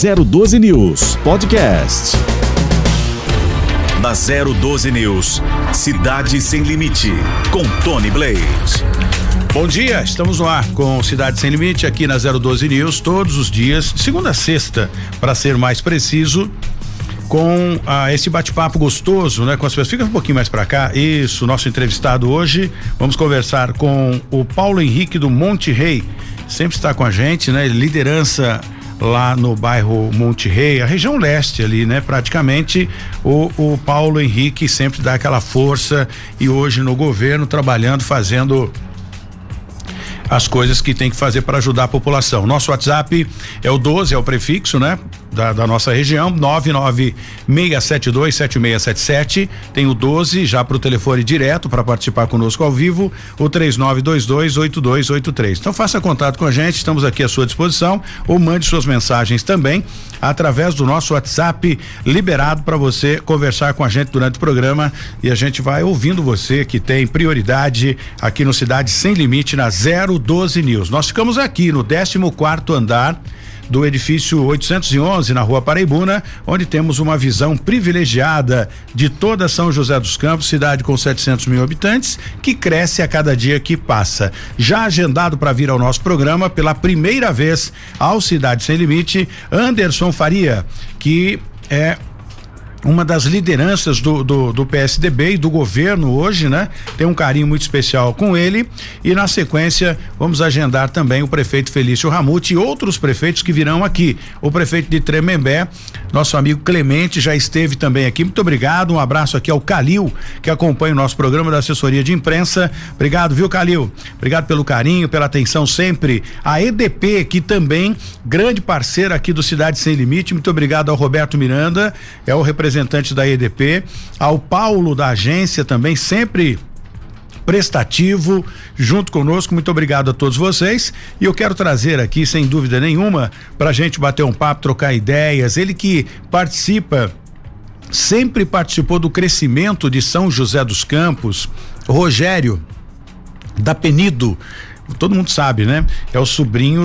012 News Podcast. Na 012 News, Cidade Sem Limite, com Tony Blade. Bom dia, estamos no ar com Cidade Sem Limite aqui na 012 News, todos os dias, segunda a sexta, para ser mais preciso, com esse bate-papo gostoso, né? Com as pessoas. Fica um pouquinho mais para cá. Isso, nosso entrevistado hoje. Vamos conversar com o Paulo Henrique do Monte Rei. Sempre está com a gente, né? Liderança lá no bairro Monte Rei, a região leste ali, né? Praticamente o Paulo Henrique sempre dá aquela força e hoje no governo trabalhando, fazendo as coisas que tem que fazer para ajudar a população. Nosso WhatsApp é o 12, é o prefixo, né? Da nossa região, 996727677. Tem o 12 já pro telefone direto para participar conosco ao vivo, o 39228283. Então faça contato com a gente, estamos aqui à sua disposição, ou mande suas mensagens também através do nosso WhatsApp, liberado para você conversar com a gente durante o programa, e a gente vai ouvindo você, que tem prioridade aqui no Cidade Sem Limite, na 012 News. Nós ficamos aqui no 14º andar do edifício 811, na Rua Paraibuna, onde temos uma visão privilegiada de toda São José dos Campos, cidade com 700 mil habitantes, que cresce a cada dia que passa. Já agendado para vir ao nosso programa pela primeira vez ao Cidade Sem Limite, Anderson Faria, que é uma das lideranças do PSDB e do governo hoje, né? Tem um carinho muito especial com ele, e na sequência vamos agendar também o prefeito Felício Ramute e outros prefeitos que virão aqui. O prefeito de Tremembé, nosso amigo Clemente, já esteve também aqui. Muito obrigado, um abraço aqui ao Calil, que acompanha o nosso programa da assessoria de imprensa. Obrigado, viu, Calil? Obrigado pelo carinho, pela atenção sempre. A EDP, que também grande parceira aqui do Cidade Sem Limite. Muito obrigado ao Roberto Miranda, é o representante da EDP, ao Paulo da agência também, sempre prestativo, junto conosco. Muito obrigado a todos vocês, e eu quero trazer aqui, sem dúvida nenhuma, pra gente bater um papo, trocar ideias, ele que sempre participou do crescimento de São José dos Campos, Rogério da Penido, todo mundo sabe, né? É o sobrinho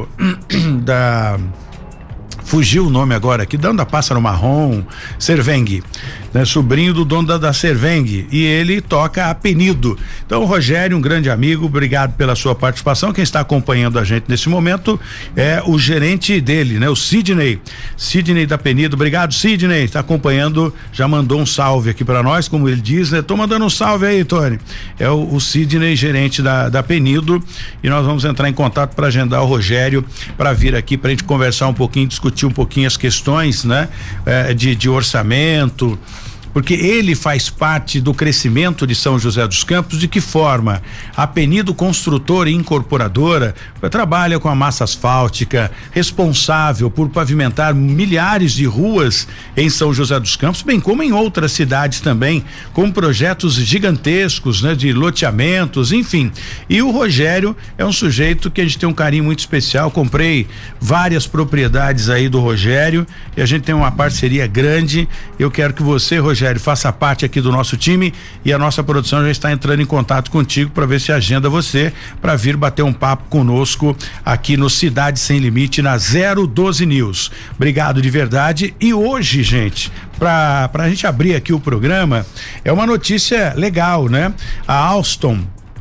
fugiu o nome agora aqui, dono da Pássaro Marrom, Cervengue, né? Sobrinho do dono da Cervengue, e ele toca a Penido. Então, Rogério, um grande amigo, obrigado pela sua participação. Quem está acompanhando a gente nesse momento é o gerente dele, né? O Sidney da Penido. Obrigado, Sidney, está acompanhando, já mandou um salve aqui para nós, como ele diz, né? Tô mandando um salve aí, Tony. É o Sidney, gerente da Penido, e nós vamos entrar em contato para agendar o Rogério para vir aqui pra gente conversar um pouquinho, discutir um pouquinho as questões, né? De orçamento, porque ele faz parte do crescimento de São José dos Campos. De que forma? A Penido Construtora e Incorporadora trabalha com a massa asfáltica, responsável por pavimentar milhares de ruas em São José dos Campos, bem como em outras cidades também, com projetos gigantescos, né? De loteamentos, enfim. E o Rogério é um sujeito que a gente tem um carinho muito especial. Comprei várias propriedades aí do Rogério, e a gente tem uma parceria grande. Eu quero que você, Rogério, faça parte aqui do nosso time, e a nossa produção já está entrando em contato contigo para ver se agenda você para vir bater um papo conosco aqui no Cidade Sem Limite, na 012 News. Obrigado de verdade. E hoje, gente, pra gente abrir aqui o programa, é uma notícia legal, né? A Alstom,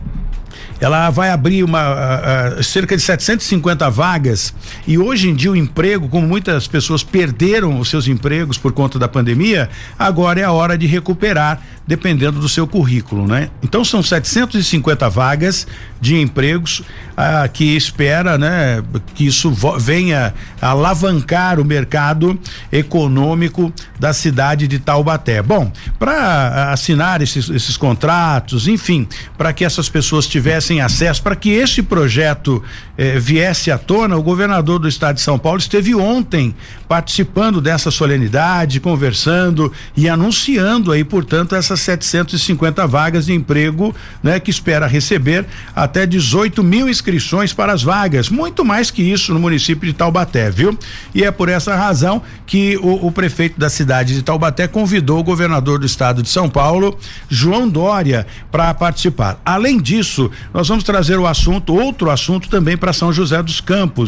ela vai abrir cerca de 750 vagas, e hoje em dia o emprego, como muitas pessoas perderam os seus empregos por conta da pandemia, agora é a hora de recuperar, dependendo do seu currículo, né? Então são 750 vagas de empregos que espera, né, que isso venha alavancar o mercado econômico da cidade de Taubaté. Bom, para assinar esses contratos, enfim, para que essas pessoas tivessem acesso, para que esse projeto viesse à tona, o governador do estado de São Paulo esteve ontem participando dessa solenidade, conversando e anunciando aí, portanto, essas 750 vagas de emprego, né, que espera receber até 18 mil inscrições para as vagas, muito mais que isso no município de Taubaté, viu? E é por essa razão que o prefeito da cidade de Taubaté convidou o governador do estado de São Paulo, João Dória, para participar. Além disso, nós vamos trazer outro assunto também para São José dos Campos.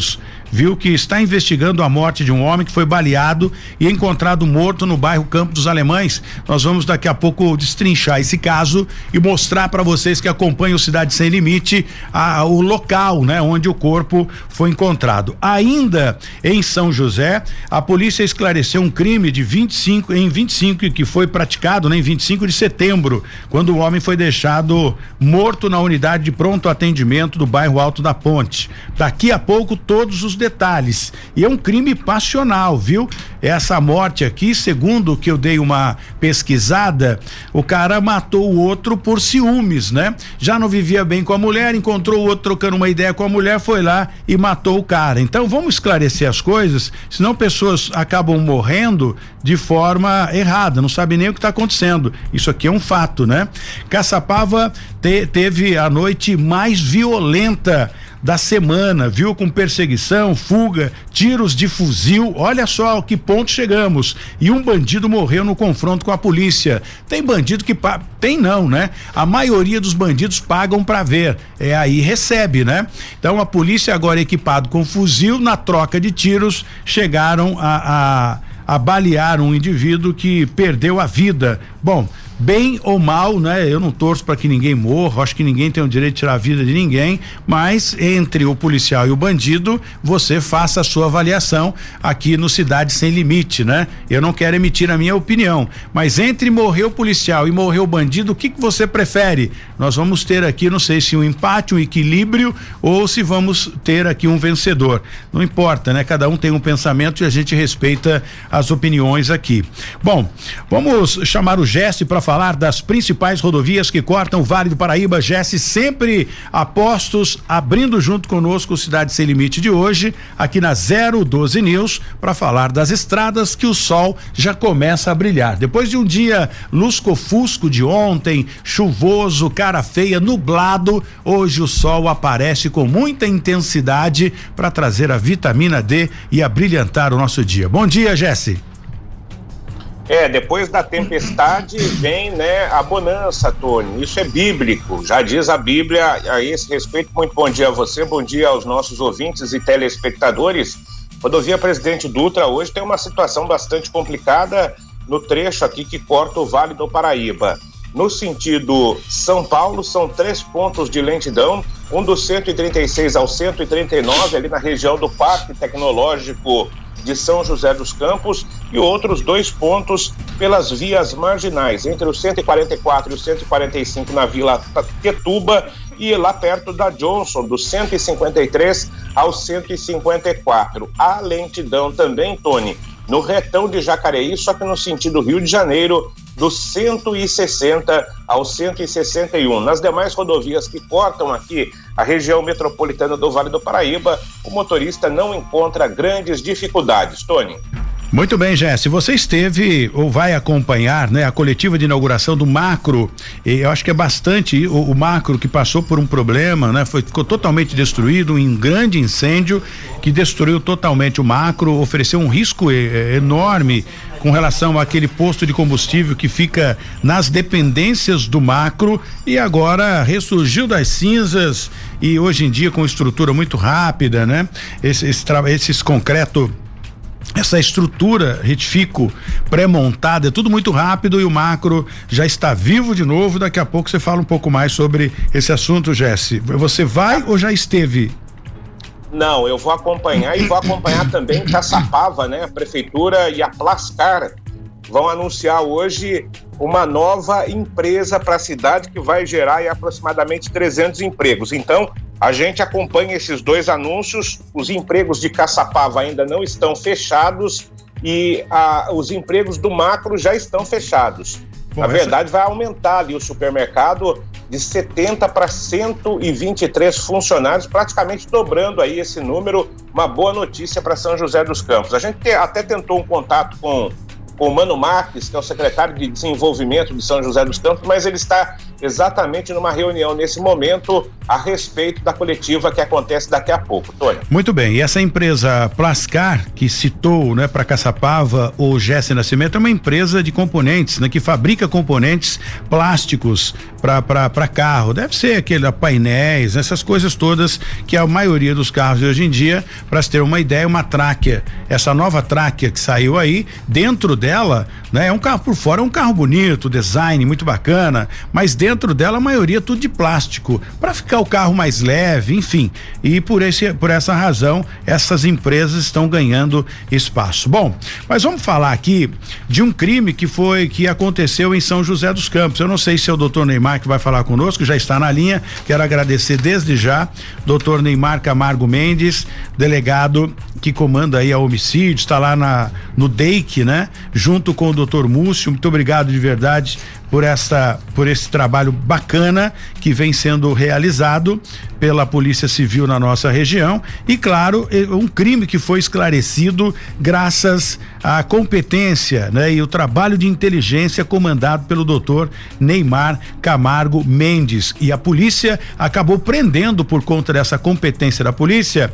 viu, que está investigando a morte de um homem que foi baleado e encontrado morto no bairro Campo dos Alemães. Nós vamos daqui a pouco destrinchar esse caso e mostrar para vocês que acompanham o Cidade Sem Limite o local, né, onde o corpo foi encontrado. Ainda em São José, a polícia esclareceu um crime de 25 que foi praticado, né, em 25 de setembro, quando o homem foi deixado morto na unidade de pronto atendimento do bairro Alto da Ponte. Daqui a pouco todos os detalhes. E é um crime passional, viu? Essa morte aqui, segundo o que eu dei uma pesquisada, o cara matou o outro por ciúmes, né? Já não vivia bem com a mulher, encontrou o outro trocando uma ideia com a mulher, foi lá e matou o cara. Então vamos esclarecer as coisas, senão pessoas acabam morrendo de forma errada, não sabem nem o que está acontecendo. Isso aqui é um fato, né? Caçapava teve a noite mais violenta da semana, viu? Com perseguição, fuga, tiros de fuzil, olha só ao que ponto chegamos. E um bandido morreu no confronto com a polícia. Tem bandido que tem não, né? A maioria dos bandidos pagam pra ver, aí recebe, né? Então a polícia agora equipado com fuzil, na troca de tiros, chegaram a balear um indivíduo que perdeu a vida. Bom, bem ou mal, né? Eu não torço para que ninguém morra, acho que ninguém tem o direito de tirar a vida de ninguém, mas entre o policial e o bandido, você faça a sua avaliação aqui no Cidade Sem Limite, né? Eu não quero emitir a minha opinião, mas entre morrer o policial e morrer o bandido, o que você prefere? Nós vamos ter aqui, não sei se um empate, um equilíbrio, ou se vamos ter aqui um vencedor. Não importa, né? Cada um tem um pensamento e a gente respeita as opiniões aqui. Bom, vamos chamar o Jesse para falar das principais rodovias que cortam o Vale do Paraíba. Jesse, sempre a postos, abrindo junto conosco o Cidade Sem Limite de hoje, aqui na 012 News, para falar das estradas que o sol já começa a brilhar. Depois de um dia lusco-fusco de ontem, chuvoso, cara feia, nublado, hoje o sol aparece com muita intensidade para trazer a vitamina D e abrilhantar o nosso dia. Bom dia, Jesse. Depois da tempestade vem, né, a bonança, Tony. Isso é bíblico, já diz a Bíblia a esse respeito. Muito bom dia a você, bom dia aos nossos ouvintes e telespectadores. Rodovia Presidente Dutra hoje tem uma situação bastante complicada no trecho aqui que corta o Vale do Paraíba. No sentido São Paulo, são 3 pontos de lentidão, um do 136 ao 139, ali na região do Parque Tecnológico de São José dos Campos, e outros 2 pontos pelas vias marginais, entre o 144 e o 145 na Vila Quetuba, e lá perto da Johnson, do 153 ao 154. Há lentidão também, Tony, no retão de Jacareí, só que no sentido Rio de Janeiro, do 160 ao 161. Nas demais rodovias que cortam aqui a região metropolitana do Vale do Paraíba, o motorista não encontra grandes dificuldades, Tony. Muito bem, Jesse, você esteve ou vai acompanhar, né, a coletiva de inauguração do Macro. Eu acho que é bastante o Macro, que passou por um problema, né? Ficou totalmente destruído, um grande incêndio que destruiu totalmente o Macro, ofereceu um risco enorme com relação àquele posto de combustível que fica nas dependências do Macro, e agora ressurgiu das cinzas e hoje em dia com estrutura muito rápida, né? Esses concreto, essa estrutura retifico pré-montada, é tudo muito rápido, e o Macro já está vivo de novo. Daqui a pouco você fala um pouco mais sobre esse assunto, Jesse. Você vai ou já esteve? Não, eu vou acompanhar e vou acompanhar também Caçapava, né? A prefeitura e a Plascar vão anunciar hoje uma nova empresa para a cidade que vai gerar aí aproximadamente 300 empregos. Então, a gente acompanha esses 2 anúncios. Os empregos de Caçapava ainda não estão fechados e os empregos do Macro já estão fechados. Na verdade, vai aumentar ali o supermercado de 70 para 123 funcionários, praticamente dobrando aí esse número. Uma boa notícia para São José dos Campos. A gente até tentou um contato com o Mano Marques, que é o secretário de Desenvolvimento de São José dos Campos, mas ele está exatamente numa reunião nesse momento a respeito da coletiva que acontece daqui a pouco. Tony. Muito bem, e essa empresa Plascar, que citou, né, para Caçapava o Jesse Nascimento, é uma empresa de componentes, né, que fabrica componentes plásticos para carro. Deve ser aquele painéis, essas coisas todas que a maioria dos carros de hoje em dia, para se ter uma ideia, uma Tráquea, essa nova Tráquea que saiu aí, dentro dela, né, é um carro por fora, é um carro bonito, design muito bacana, mas dentro dela a maioria tudo de plástico, para ficar o carro mais leve, enfim, e por essa razão essas empresas estão ganhando espaço. Bom, mas vamos falar aqui de um crime que aconteceu em São José dos Campos. Eu não sei se é o doutor Neymar que vai falar conosco, já está na linha, quero agradecer desde já, doutor Neymar Camargo Mendes, delegado que comanda aí a homicídio, está lá no DEIC, né? Junto com o doutor Múcio, muito obrigado de verdade por esse trabalho bacana que vem sendo realizado pela Polícia Civil na nossa região e, claro, um crime que foi esclarecido graças à competência, né, e o trabalho de inteligência comandado pelo doutor Neymar Camargo Mendes, e a polícia acabou prendendo, por conta dessa competência da polícia,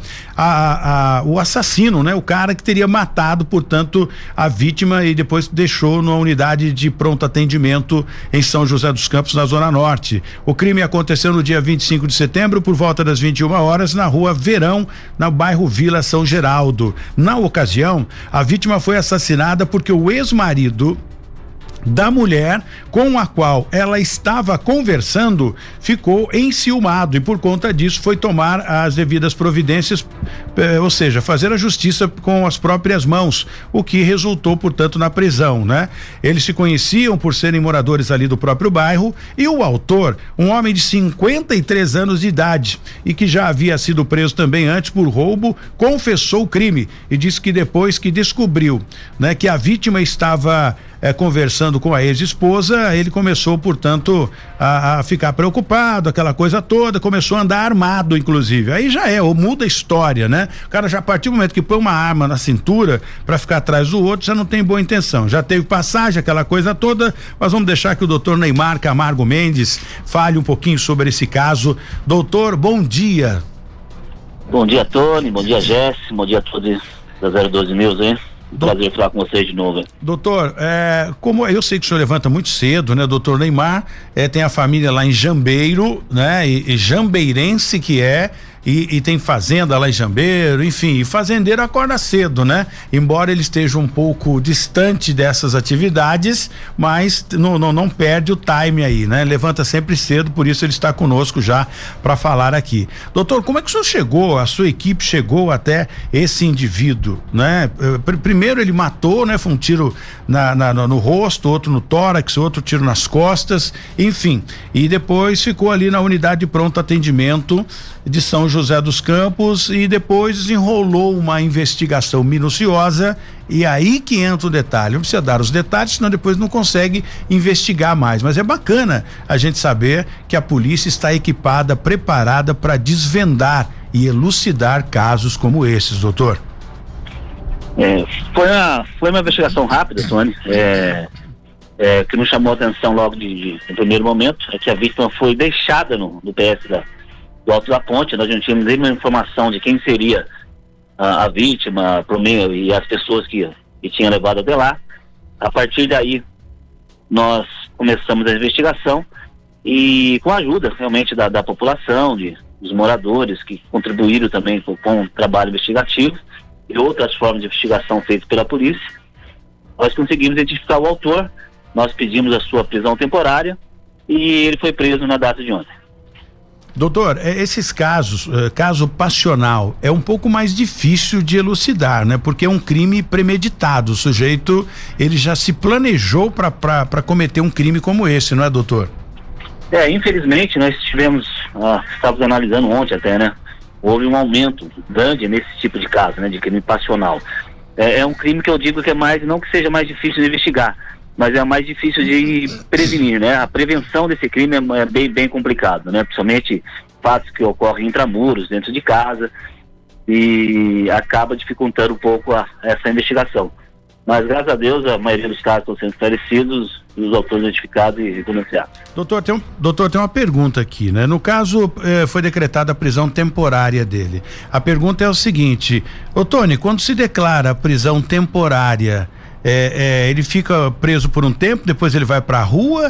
o assassino, né, o cara que teria matado, portanto, a vítima e depois deixou numa unidade de pronto atendimento em São José dos Campos, na Zona Norte. O crime aconteceu no dia 25 de setembro, por volta das 21 horas, na rua Verão, no bairro Vila São Geraldo. Na ocasião, a vítima foi assassinada porque o ex-marido da mulher com a qual ela estava conversando ficou enciumado e, por conta disso, foi tomar as devidas providências, ou seja, fazer a justiça com as próprias mãos, o que resultou, portanto, na prisão, né? Eles se conheciam por serem moradores ali do próprio bairro, e o autor, um homem de 53 anos de idade e que já havia sido preso também antes por roubo, confessou o crime e disse que depois que descobriu, né, que a vítima estava conversando com a ex-esposa, ele começou, portanto, a ficar preocupado, aquela coisa toda, começou a andar armado, inclusive. Aí já muda a história, né? O cara já, a partir do momento que põe uma arma na cintura para ficar atrás do outro, já não tem boa intenção. Já teve passagem, aquela coisa toda, mas vamos deixar que o doutor Neymar Camargo Mendes fale um pouquinho sobre esse caso. Doutor, bom dia. Bom dia, Tony, bom dia, Jesse, bom dia a todos da 012 News, hein? Prazer falar com vocês de novo. Doutor, como eu sei que o senhor levanta muito cedo, né? Doutor Neymar tem a família lá em Jambeiro, né? E jambeirense que é, e tem fazenda lá em Jambeiro, enfim, e fazendeiro acorda cedo, né? Embora ele esteja um pouco distante dessas atividades, mas não perde o time aí, né? Levanta sempre cedo, por isso ele está conosco já para falar aqui. Doutor, como é que o senhor chegou, a sua equipe chegou até esse indivíduo, né? Primeiro ele matou, né? Foi um tiro no rosto, outro no tórax, outro tiro nas costas, enfim, e depois ficou ali na unidade de pronto atendimento de São José dos Campos e depois desenrolou uma investigação minuciosa, e aí que entra o detalhe. Não precisa dar os detalhes, senão depois não consegue investigar mais, mas é bacana a gente saber que a polícia está equipada, preparada para desvendar e elucidar casos como esses, doutor. Foi uma investigação rápida, Tony, que nos chamou a atenção logo no primeiro momento, é que a vítima foi deixada no PS do Alto da Ponte. Nós não tínhamos nenhuma informação de quem seria a vítima e as pessoas que tinham levado até lá. A partir daí, nós começamos a investigação e com a ajuda realmente da população, dos moradores que contribuíram também com o trabalho investigativo e outras formas de investigação feitas pela polícia, nós conseguimos identificar o autor. Nós pedimos a sua prisão temporária e ele foi preso na data de ontem. Doutor, esses casos, caso passional, é um pouco mais difícil de elucidar, né? Porque é um crime premeditado, o sujeito, ele já se planejou para cometer um crime como esse, não é, doutor? Infelizmente nós estávamos analisando ontem até, né? Houve um aumento grande nesse tipo de caso, né? De crime passional. É um crime que eu digo que não que seja mais difícil de investigar, mas é mais difícil de prevenir, né? A prevenção desse crime é bem complicado, né? Principalmente fatos que ocorrem intramuros, dentro de casa, e acaba dificultando um pouco essa investigação. Mas, graças a Deus, a maioria dos casos estão sendo esclarecidos e os autores identificados e denunciados. Doutor, tem uma pergunta aqui, né? No caso, foi decretada a prisão temporária dele. A pergunta é o seguinte: ô Tony, quando se declara a prisão temporária, ele fica preso por um tempo, depois ele vai para a rua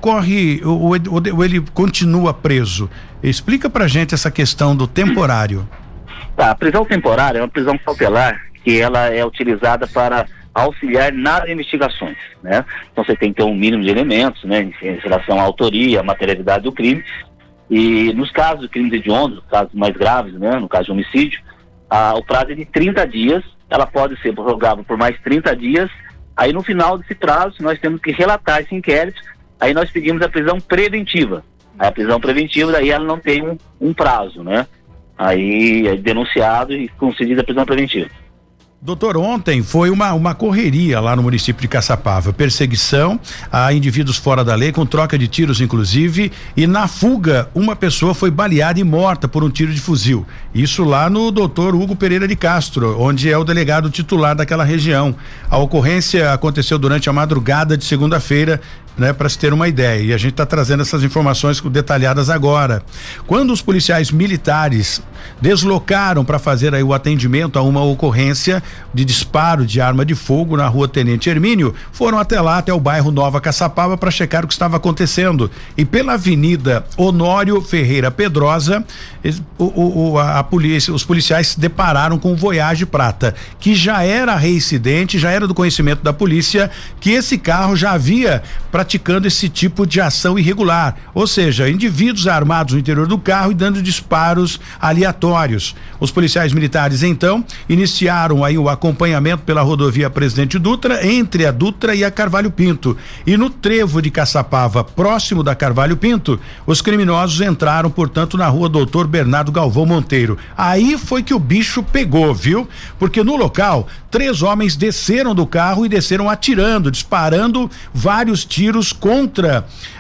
ou ele continua preso? Explica pra gente essa questão do temporário. Tá, a prisão temporária é uma prisão cautelar que ela é utilizada para auxiliar nas investigações, né? Então você tem que ter um mínimo de elementos, né, em relação à autoria, à materialidade do crime, e nos casos de crimes hediondos, casos mais graves, né, no caso de homicídio, o prazo é de 30 dias, ela pode ser prorrogável por mais 30 dias, aí no final desse prazo nós temos que relatar esse inquérito, aí nós pedimos a prisão preventiva. A prisão preventiva, daí ela não tem um prazo, né? Aí é denunciado e concedida a prisão preventiva. Doutor, ontem foi uma correria lá no município de Caçapava, perseguição a indivíduos fora da lei, com troca de tiros inclusive, e na fuga uma pessoa foi baleada e morta por um tiro de fuzil. Isso lá no doutor Hugo Pereira de Castro, onde é o delegado titular daquela região. A ocorrência aconteceu durante a madrugada de segunda-feira, né, para se ter uma ideia, e a gente está trazendo essas informações detalhadas agora. Quando os policiais militares deslocaram para fazer aí o atendimento a uma ocorrência de disparo de arma de fogo na rua Tenente Hermínio, foram até lá, até o bairro Nova Caçapava, para checar o que estava acontecendo. E pela Avenida Honório Ferreira Pedrosa, a polícia, os policiais se depararam com o Voyage Prata, que já era reincidente, já era do conhecimento da polícia, que esse carro já havia praticando esse tipo de ação irregular, ou seja, indivíduos armados no interior do carro e dando disparos aleatórios. Os policiais militares então iniciaram aí o acompanhamento pela rodovia Presidente Dutra, entre a Dutra e a Carvalho Pinto, e no trevo de Caçapava, próximo da Carvalho Pinto, os criminosos entraram, portanto, na rua Doutor Bernardo Galvão Monteiro. Aí foi que o bicho pegou, viu? Porque no local 3 homens desceram do carro e desceram atirando, disparando vários tiros contra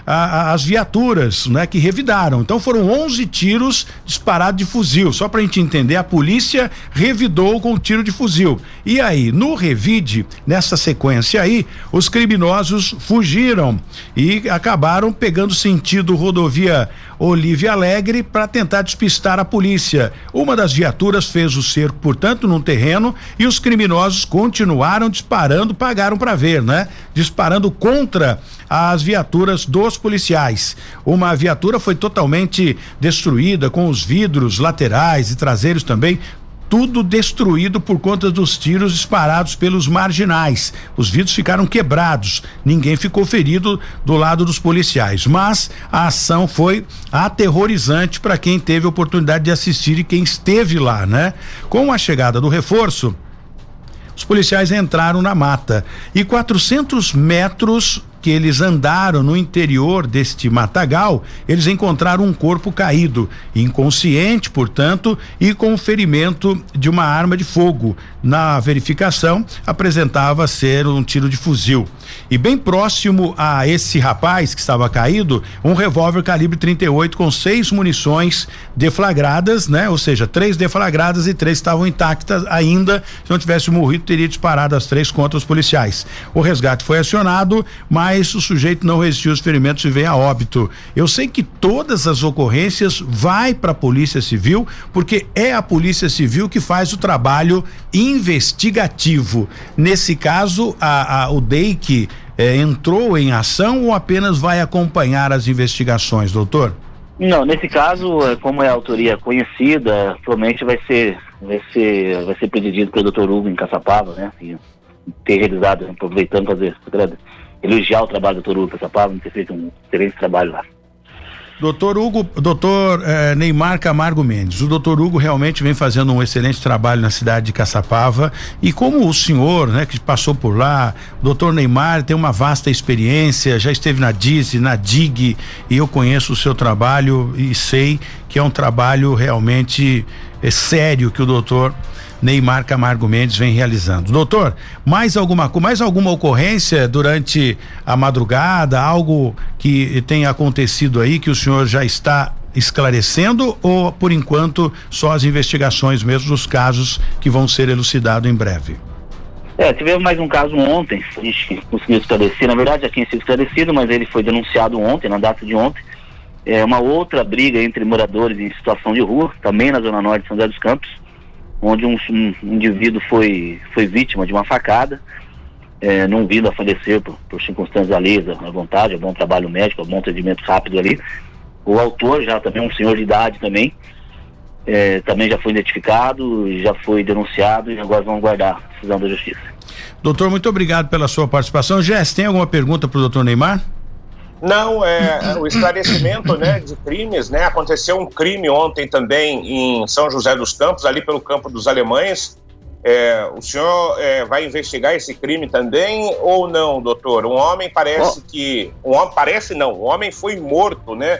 as viaturas, né, que revidaram. Então foram 11 tiros disparados de fuzil. Só pra gente entender, a polícia revidou com tiro de fuzil. E aí, no revide, nessa sequência aí, os criminosos fugiram e acabaram pegando sentido rodovia Olívia Alegre para tentar despistar a polícia. Uma das viaturas fez o cerco, portanto, num terreno, e os criminosos continuaram disparando, pagaram para ver, né? Disparando contra as viaturas dos policiais. Uma viatura foi totalmente destruída, com os vidros laterais e traseiros também tudo destruído por conta dos tiros disparados pelos marginais. Os vidros ficaram quebrados, ninguém ficou ferido do lado dos policiais, mas a ação foi aterrorizante para quem teve a oportunidade de assistir e quem esteve lá, né? Com a chegada do reforço, os policiais entraram na mata e 400 metros que eles andaram no interior deste matagal, eles encontraram um corpo caído, inconsciente, portanto, e com ferimento de uma arma de fogo. Na verificação, apresentava ser um tiro de fuzil. E bem próximo a esse rapaz que estava caído, um revólver calibre 38 com 6 munições deflagradas, né? Ou seja, 3 deflagradas e 3 estavam intactas ainda. Se não tivesse morrido, teria disparado as 3 contra os policiais. O resgate foi acionado, mas o sujeito não resistiu aos ferimentos e veio a óbito. Eu sei que todas as ocorrências vai para a Polícia Civil, porque é a Polícia Civil que faz o trabalho investigativo. Nesse caso, o DEIC entrou em ação ou apenas vai acompanhar as investigações, doutor? Não, nesse caso, como é a autoria conhecida, provavelmente vai ser pedido pelo Dr. Hugo em Caçapava, né? E ter realizado, aproveitando elogiar o trabalho do Dr. Hugo em Caçapava, ter feito um excelente trabalho lá. Doutor Neymar Camargo Mendes, o doutor Hugo realmente vem fazendo um excelente trabalho na cidade de Caçapava, e como o senhor, né, que passou por lá, o doutor Neymar tem uma vasta experiência, já esteve na DISE, na DIG, e eu conheço o seu trabalho e sei que é um trabalho realmente sério que o doutor Neymar Camargo Mendes vem realizando. Doutor, mais alguma ocorrência durante a madrugada, algo que tenha acontecido aí que o senhor já está esclarecendo, ou por enquanto só as investigações mesmo dos casos que vão ser elucidados em breve? Tivemos mais um caso ontem, a gente conseguiu esclarecer, na verdade já tinha sido esclarecido, mas ele foi denunciado ontem, na data de ontem. Uma outra briga entre moradores em situação de rua, também na Zona Norte de São José dos Campos, onde um indivíduo foi vítima de uma facada, não vindo a falecer por circunstâncias alheias à vontade, a bom trabalho médico, a bom atendimento rápido ali. O autor, já também um senhor de idade também já foi identificado, já foi denunciado e agora vamos guardar a decisão da justiça. Doutor, muito obrigado pela sua participação. Jess, tem alguma pergunta para o doutor Neymar? Não, o esclarecimento, né, de crimes, né? Aconteceu um crime ontem também em São José dos Campos, ali pelo Campo dos Alemães. O senhor vai investigar esse crime também ou não, doutor? Um homem o homem foi morto, né?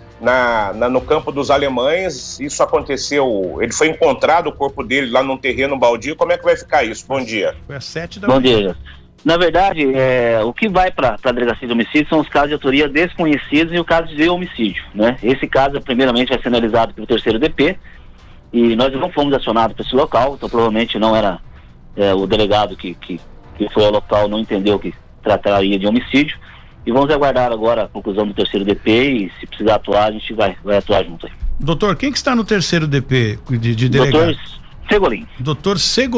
No Campo dos Alemães. Isso aconteceu, ele foi encontrado o corpo dele lá num terreno baldio. Como é que vai ficar isso? Bom dia. Foi às 7 da manhã. Bom dia. Na verdade, o que vai para a delegacia de homicídio são os casos de autoria desconhecidos e o caso de homicídio, né? Esse caso, primeiramente, vai ser analisado pelo 3º DP e nós não fomos acionados para esse local, então provavelmente não era o delegado que foi ao local, não entendeu que trataria de homicídio, e vamos aguardar agora a conclusão do 3º DP e se precisar atuar, a gente vai atuar junto aí. Doutor, quem que está no 3º DP de delegado? Doutor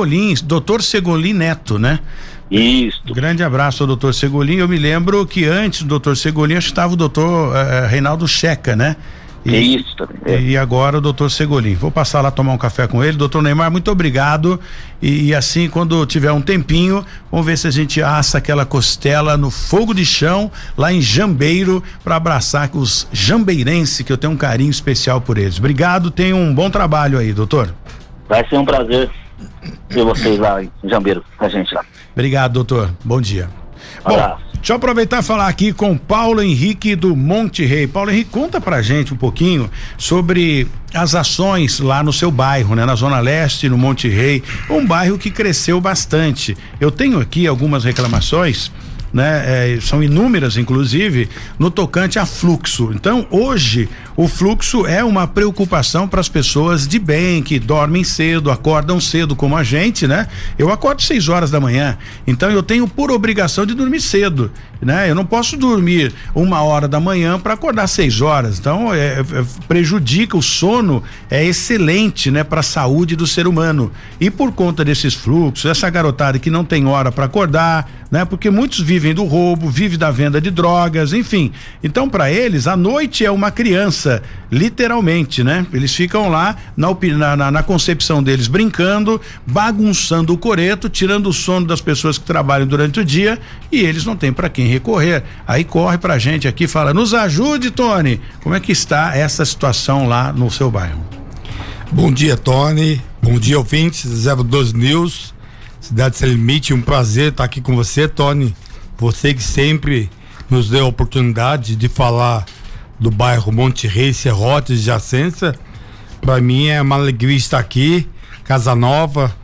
Segolin Neto, né? Isso. Grande abraço ao doutor Segolin. Eu me lembro que antes do doutor Segolin estava o doutor Reinaldo Checa, né? Isso também. E agora o doutor Segolin. Vou passar lá tomar um café com ele. Doutor Neymar, muito obrigado. E assim, quando tiver um tempinho, vamos ver se a gente assa aquela costela no fogo de chão, lá em Jambeiro, para abraçar os jambeirenses, que eu tenho um carinho especial por eles. Obrigado, tenha um bom trabalho aí, doutor. Vai ser um prazer ver vocês lá em Jambeiro, com a gente lá. Obrigado, doutor. Bom dia. Bom, deixa eu aproveitar e falar aqui com Paulo Henrique do Monte Rei. Paulo Henrique, conta pra gente um pouquinho sobre as ações lá no seu bairro, né? Na Zona Leste, no Monte Rei, um bairro que cresceu bastante. Eu tenho aqui algumas reclamações, né? São inúmeras, inclusive, no tocante a fluxo. Então, hoje, o fluxo é uma preocupação para as pessoas de bem, que dormem cedo, acordam cedo, como a gente, né? Eu acordo 6 horas da manhã, então eu tenho por obrigação de dormir cedo, né? Eu não posso dormir 1h da manhã para acordar 6 horas, então prejudica. O sono é excelente, né? Para a saúde do ser humano, e por conta desses fluxos, essa garotada que não tem hora para acordar, né? Porque muitos vivem do roubo, vivem da venda de drogas, enfim. Então, para eles, a noite é uma criança, literalmente, né? Eles ficam lá na concepção deles, brincando, bagunçando o coreto, tirando o sono das pessoas que trabalham durante o dia, e eles não têm para quem recorrer. Aí corre pra gente aqui e fala: nos ajude, Tony. Como é que está essa situação lá no seu bairro? Bom dia, Tony. Bom dia, ouvintes 012 News, Cidade Sem Limite. Um prazer estar aqui com você, Tony. Você que sempre nos deu a oportunidade de falar do bairro Monte Rei, Serrote, adjacência. Para mim é uma alegria estar aqui. Casa Nova,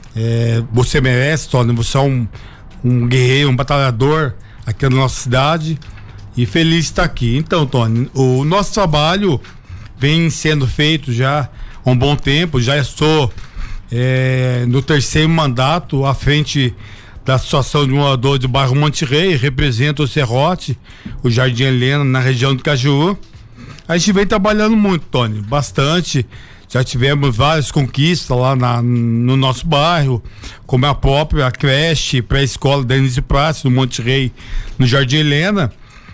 você merece, Tony. Você é um guerreiro, um batalhador aqui na nossa cidade, e feliz de estar aqui. Então, Tony, o nosso trabalho vem sendo feito já há um bom tempo. Já estou no 3º mandato à frente da Associação de Moradores do bairro Monte Rei, representa o Serrote, o Jardim Helena, na região do Cajuru. A gente vem trabalhando muito, Tony, bastante. Já tivemos várias conquistas lá no nosso bairro, como a própria creche, pré-escola da Denise Praça, no Monte Rei, no Jardim Helena.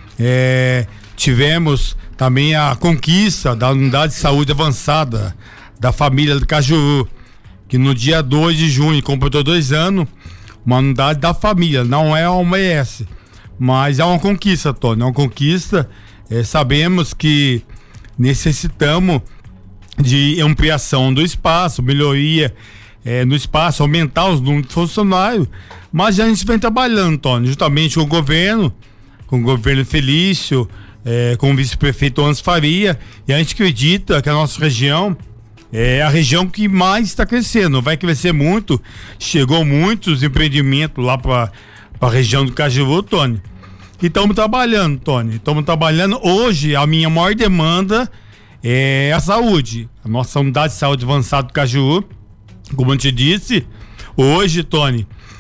Tivemos também a conquista da unidade de saúde avançada da família do Cajuru, que no dia 2 de junho completou 2 anos, uma unidade da família, não é a OMS, mas é uma conquista, Tony, é uma conquista. Sabemos que necessitamos de ampliação do espaço, melhoria no espaço, aumentar os números de funcionários, mas a gente vem trabalhando, Tony, justamente com o governo Felício, com o vice-prefeito Anderson Faria, e a gente acredita que a nossa região é a região que mais está crescendo, vai crescer muito. Chegou muitos empreendimentos lá para a região do Cajuru, Tony, e estamos trabalhando, Tony, estamos trabalhando. Hoje a minha maior demanda é a saúde, a nossa unidade de saúde avançada do Cajuru, como eu te disse. Hoje, Tony,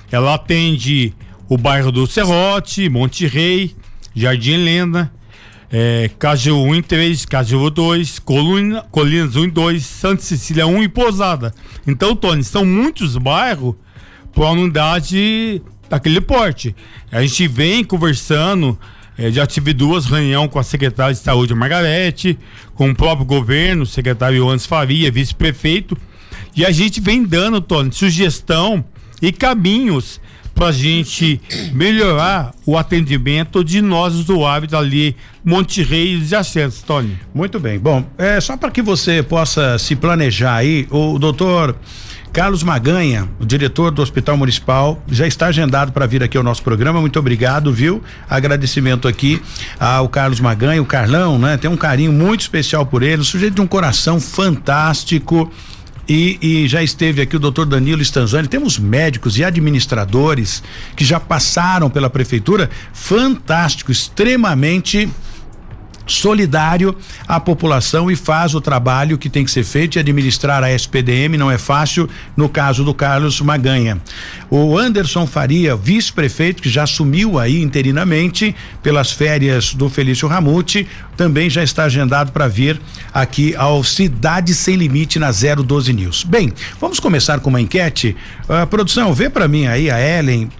ela atende o bairro do Serrote, Monte Rei, Jardim Helena, Caju 1 e 3, Caju 2, Colinas 1 e 2, Santa Cecília 1 e Pousada. Então, Tony, são muitos bairros para uma unidade daquele porte. A gente vem conversando, já tive 2 reuniões com a secretária de saúde, Margarete, com o próprio governo, o secretário Ioannis Faria, vice-prefeito, e a gente vem dando, Tony, sugestão e caminhos pra gente melhorar o atendimento de nós usuários ali, Monte Rei e adjacentes, Tony. Muito bem. Bom, só para que você possa se planejar aí, o doutor Carlos Maganha, o diretor do Hospital Municipal, já está agendado para vir aqui ao nosso programa. Muito obrigado, viu? Agradecimento aqui ao Carlos Maganha, o Carlão, né? Tem um carinho muito especial por ele, um sujeito de um coração fantástico. E já esteve aqui o doutor Danilo Stanzani. Temos médicos e administradores que já passaram pela prefeitura, fantástico, extremamente solidário à população e faz o trabalho que tem que ser feito, e administrar a SPDM não é fácil, no caso do Carlos Maganha. O Anderson Faria, vice-prefeito, que já assumiu aí interinamente pelas férias do Felício Ramute, também já está agendado para vir aqui ao Cidade Sem Limite na 012 News. Bem, vamos começar com uma enquete. Produção, vê para mim aí, a Ellen,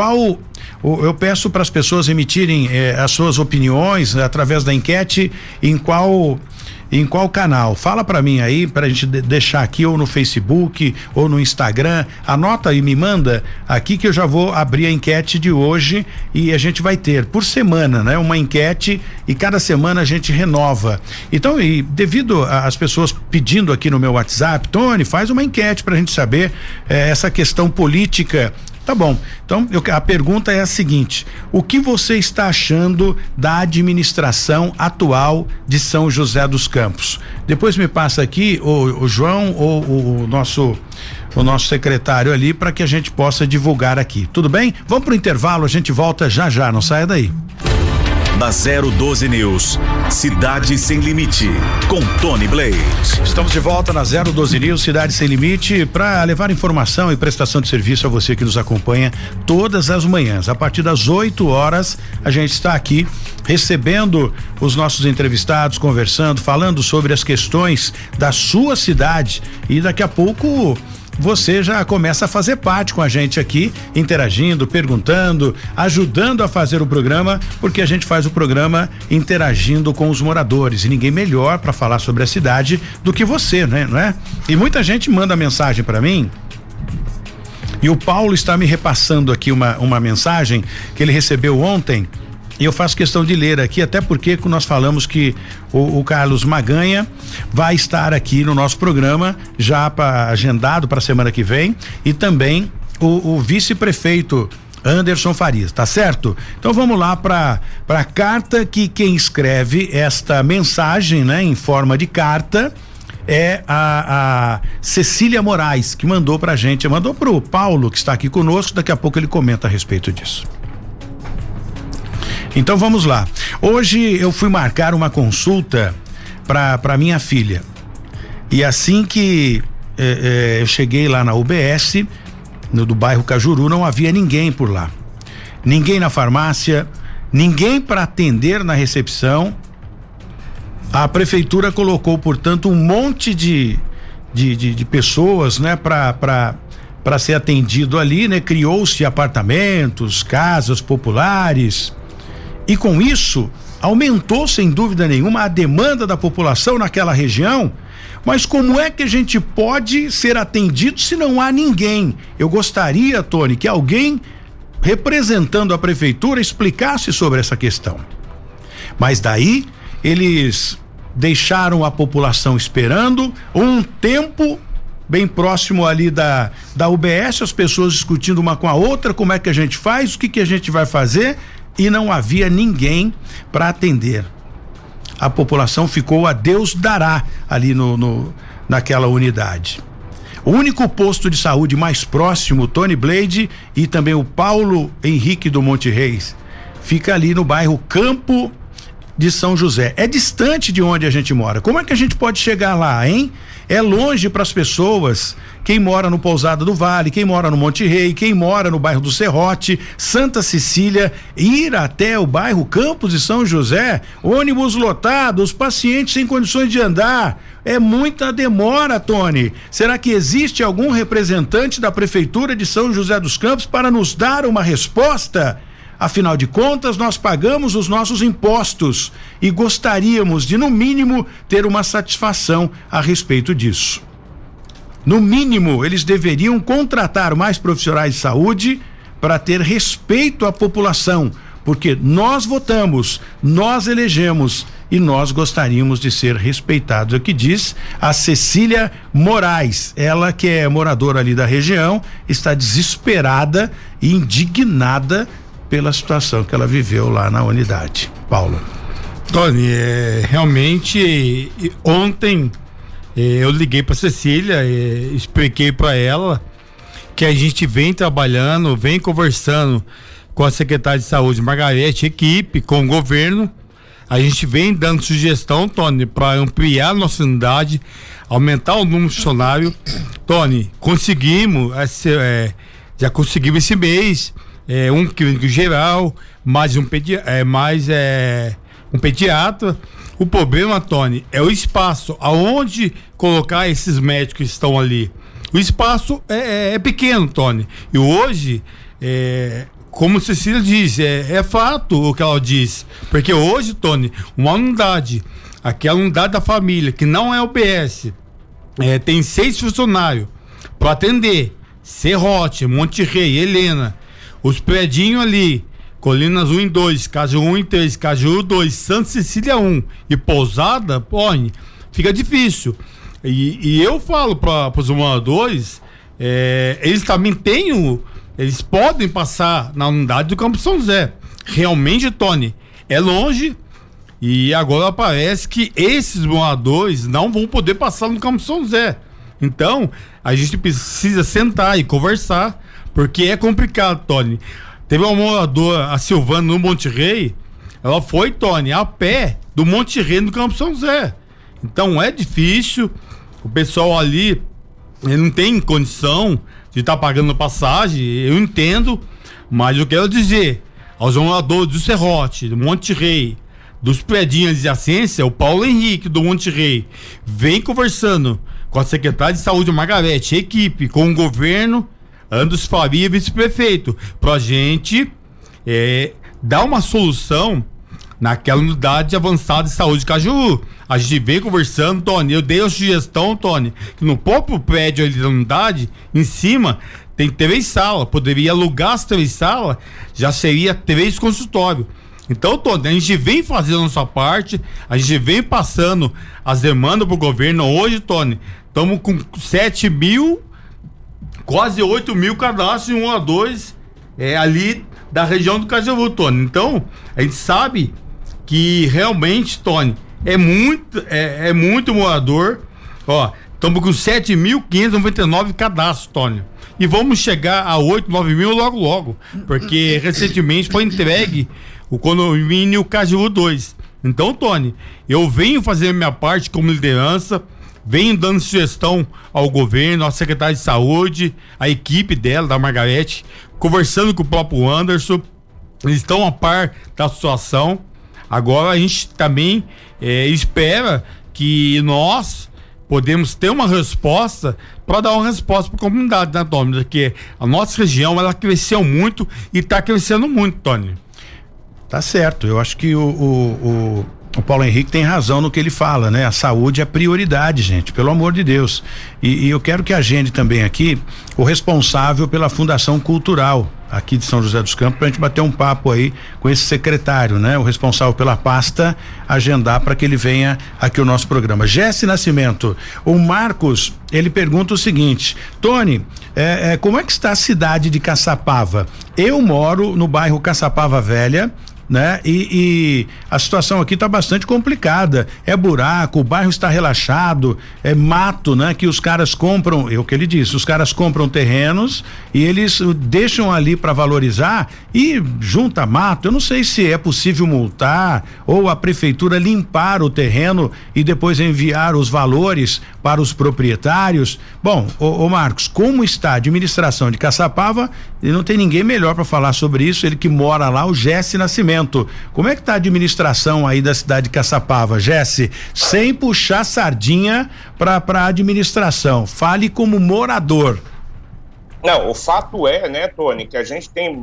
eu peço para as pessoas emitirem as suas opiniões através da enquete em qual canal. Fala para mim aí, pra gente deixar aqui ou no Facebook ou no Instagram. Anota e me manda aqui que eu já vou abrir a enquete de hoje, e a gente vai ter por semana, né? Uma enquete, e cada semana a gente renova. Então, e devido às pessoas pedindo aqui no meu WhatsApp, Tony, faz uma enquete pra gente saber essa questão política. Tá bom, então a pergunta é a seguinte: o que você está achando da administração atual de São José dos Campos? Depois me passa aqui o João ou o nosso secretário ali, para que a gente possa divulgar aqui, tudo bem? Vamos pro intervalo, a gente volta já, não saia daí. Da 012 News, Cidade Sem Limite, com Tony Blade. Estamos de volta na 012 News, Cidade Sem Limite, para levar informação e prestação de serviço a você que nos acompanha todas as manhãs. A partir das 8 horas, a gente está aqui recebendo os nossos entrevistados, conversando, falando sobre as questões da sua cidade, e daqui a pouco você já começa a fazer parte com a gente aqui, interagindo, perguntando, ajudando a fazer o programa, porque a gente faz o programa interagindo com os moradores, e ninguém melhor para falar sobre a cidade do que você, né? Não é? E muita gente manda mensagem para mim, e o Paulo está me repassando aqui uma mensagem que ele recebeu ontem, e eu faço questão de ler aqui, até porque nós falamos que o Carlos Maganha vai estar aqui no nosso programa, já agendado para a semana que vem, e também o vice-prefeito Anderson Farias, tá certo? Então vamos lá para a carta, que quem escreve esta mensagem, né, em forma de carta, é a Cecília Moraes, que mandou pra gente, mandou pro Paulo, que está aqui conosco, daqui a pouco ele comenta a respeito disso. Então vamos lá. Hoje eu fui marcar uma consulta para minha filha, e assim que eu cheguei lá na UBS do bairro Cajuru, não havia ninguém por lá, ninguém na farmácia, ninguém para atender na recepção. A prefeitura colocou, portanto, um monte de pessoas, né, para ser atendido ali, né? Criou-se apartamentos, casas populares, e com isso aumentou sem dúvida nenhuma a demanda da população naquela região. Mas como é que a gente pode ser atendido se não há ninguém? Eu gostaria, Tony, que alguém representando a prefeitura explicasse sobre essa questão. Mas daí eles deixaram a população esperando um tempo bem próximo ali da UBS, as pessoas discutindo uma com a outra, como é que a gente faz, o que a gente vai fazer, e não havia ninguém para atender. A população ficou a Deus dará ali naquela unidade. O único posto de saúde mais próximo, o Tony Blade e também o Paulo Henrique do Monte Reis, fica ali no bairro Campo de São José. É distante de onde a gente mora. Como é que a gente pode chegar lá, hein? É longe para as pessoas. Quem mora no Pousada do Vale, quem mora no Monte Rei, quem mora no bairro do Serrote, Santa Cecília, ir até o bairro Campos de São José, ônibus lotados, pacientes sem condições de andar. É muita demora, Tony. Será que existe algum representante da Prefeitura de São José dos Campos para nos dar uma resposta? Afinal de contas, nós pagamos os nossos impostos e gostaríamos de, no mínimo, ter uma satisfação a respeito disso. No mínimo, eles deveriam contratar mais profissionais de saúde para ter respeito à população, porque nós votamos, nós elegemos e nós gostaríamos de ser respeitados. É o que diz a Cecília Moraes, ela que é moradora ali da região, está desesperada e indignada pela situação que ela viveu lá na unidade. Paulo. Tony, realmente ontem eu liguei para Cecília, expliquei para ela que a gente vem trabalhando, vem conversando com a secretária de saúde Margarete, equipe, com o governo. A gente vem dando sugestão, Tony, para ampliar nossa unidade, aumentar o número de funcionário. Tony, conseguimos, já conseguimos esse mês, um clínico geral, mais um pediatra. O problema, Tony, é o espaço, aonde colocar esses médicos que estão ali. O espaço é pequeno, Tony. E hoje, como Cecília diz, é fato o que ela diz. Porque hoje, Tony, uma unidade, aquela unidade da família, que não é UBS, tem 6 funcionários para atender. Serrote, Monte Rei, Helena, os predinhos ali, Colinas 1 e 2, Caju 1 e 3, Caju 2, Santa Cecília 1 e Pousada, fica difícil. E eu falo para os moradores, eles também eles podem passar na unidade do Campo São José. Realmente, Tony, é longe e agora parece que esses moradores não vão poder passar no Campo São José. Então, a gente precisa sentar e conversar, porque é complicado, Tony. Teve uma moradora, a Silvana, no Monte Rei, ela foi, Tony, a pé do Monte Rei no Campo São José. Então é difícil, o pessoal ali, ele não tem condição de estar pagando passagem, eu entendo, mas eu quero dizer aos moradores do Serrote, do Monte Rei, dos predinhos de adjacência, o Paulo Henrique do Monte Rei, vem conversando com a secretária de saúde Margarete, equipe, com o governo, Andros Faria, vice-prefeito, pra gente dar uma solução naquela unidade avançada de saúde de Caju. A gente vem conversando, Tony, eu dei a sugestão, Tony, que no próprio prédio ali da unidade, em cima, tem 3 salas, poderia alugar as 3 salas, já seria 3 consultórios. Então, Tony, a gente vem fazendo a nossa parte, a gente vem passando as demandas pro governo. Hoje, Tony, estamos com 7 mil, quase 8 mil cadastros em 1 a 2 ali da região do Cajuru, Tony. Então, a gente sabe que realmente, Tony, é muito morador. Estamos com 7.599 cadastros, Tony. E vamos chegar a 8, 9 mil logo, porque recentemente foi entregue o condomínio Cajuru 2. Então, Tony, eu venho fazer a minha parte como liderança, venho dando sugestão ao governo, à secretária de saúde, à equipe dela, da Margarete, conversando com o próprio Anderson. Eles estão a par da situação. Agora a gente também espera que nós podemos ter uma resposta para dar uma resposta para a comunidade, né, Tony? Porque a nossa região, ela cresceu muito e está crescendo muito, Tony. Tá certo, eu acho que o Paulo Henrique tem razão no que ele fala, né? A saúde é prioridade, gente, pelo amor de Deus. E eu quero que agende também aqui o responsável pela Fundação Cultural aqui de São José dos Campos, pra gente bater um papo aí com esse secretário, né? O responsável pela pasta, agendar para que ele venha aqui ao nosso programa. Jesse Nascimento, o Marcos, ele pergunta o seguinte: Tony, como é que está a cidade de Caçapava? Eu moro no bairro Caçapava Velha, né? E a situação aqui está bastante complicada, é buraco, o bairro está relaxado, é mato, né? Que os caras compram, é o que ele disse, os caras compram terrenos e eles deixam ali para valorizar e junta mato. Eu não sei se é possível multar ou a prefeitura limpar o terreno e depois enviar os valores para os proprietários. Bom, ô Marcos, como está a administração de Caçapava? E não tem ninguém melhor para falar sobre isso, ele que mora lá, o Jesse Nascimento. Como é que está a administração aí da cidade de Caçapava, Jesse? Sem puxar sardinha para a administração, fale como morador. Não, o fato é, né, Tony, que a gente tem